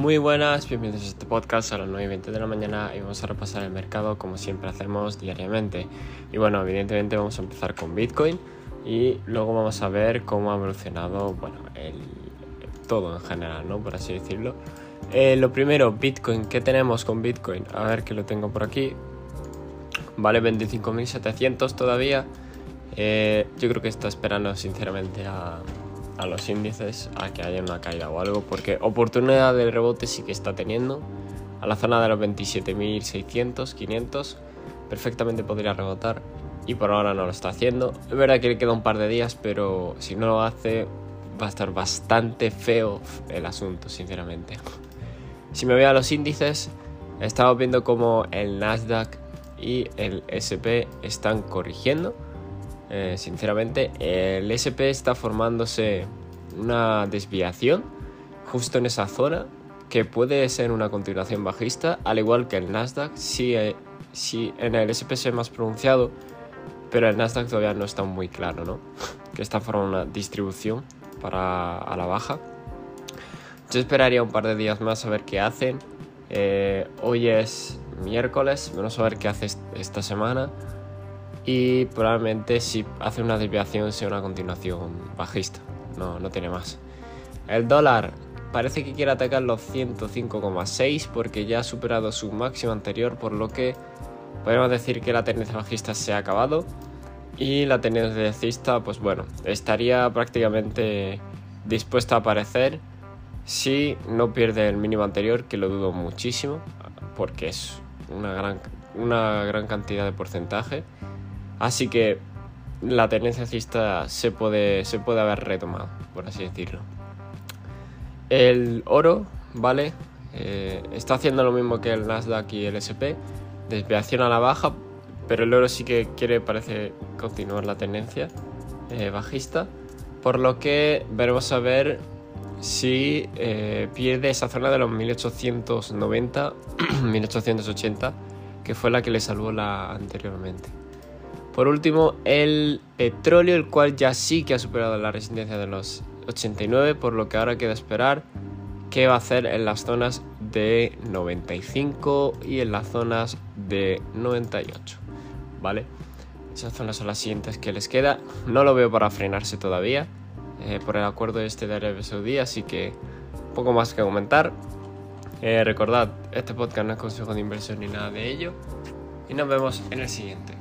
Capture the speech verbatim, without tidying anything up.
Muy buenas, bienvenidos a este podcast a las nueve y veinte de la mañana y vamos a repasar el mercado como siempre hacemos diariamente. Y bueno, evidentemente vamos a empezar con Bitcoin y luego vamos a ver cómo ha evolucionado, bueno, el, todo en general, ¿no? Por así decirlo. Eh, lo primero, Bitcoin, ¿qué tenemos con Bitcoin? A ver que lo tengo por aquí. Vale veinticinco mil setecientos todavía. Eh, yo creo que está esperando sinceramente a... a los índices, a que haya una caída o algo, porque oportunidad de rebote sí que está teniendo. A la zona de los veintisiete mil seiscientos, quinientos perfectamente podría rebotar y por ahora no lo está haciendo. Es verdad que le queda un par de días, pero si no lo hace va a estar bastante feo el asunto, sinceramente. Si me voy a los índices, estamos viendo como el Nasdaq y el ese and pe están corrigiendo. Eh, sinceramente, el ese and pe está formándose una desviación justo en esa zona que puede ser una continuación bajista, al igual que el Nasdaq. Sí, eh, sí, en el ese and pe se ve más pronunciado, pero el Nasdaq todavía no está muy claro, ¿no? Que está formando una distribución para a la baja. Yo esperaría un par de días más a ver qué hacen. Eh, hoy es miércoles, vamos a ver qué hace esta semana. Y probablemente si hace una desviación sea una continuación bajista, no, no tiene más. El dólar parece que quiere atacar los ciento cinco coma seis porque ya ha superado su máximo anterior, por lo que podemos decir que la tendencia bajista se ha acabado. Y la tendencia alcista, pues bueno, estaría prácticamente dispuesta a aparecer si no pierde el mínimo anterior, que lo dudo muchísimo, porque es una gran, una gran cantidad de porcentaje. Así que la tendencia alcista se puede, se puede haber retomado, por así decirlo. El oro, ¿vale? Eh, está haciendo lo mismo que el Nasdaq y el ese and pe, desviación a la baja, pero el oro sí que quiere, parece, continuar la tendencia eh, bajista, por lo que veremos a ver si eh, pierde esa zona de los mil ochocientos noventa, mil ochocientos ochenta, que fue la que le salvó la anteriormente. Por último, el petróleo, el cual ya sí que ha superado la resistencia de los ochenta y nueve, por lo que ahora queda esperar qué va a hacer en las zonas de noventa y cinco y en las zonas de noventa y ocho, ¿vale? Esas zonas son las siguientes que les queda. No lo veo para frenarse todavía eh, por el acuerdo este de Arabia Saudí, así que poco más que comentar. Eh, recordad, este podcast no es consejo de inversión ni nada de ello y nos vemos en el siguiente.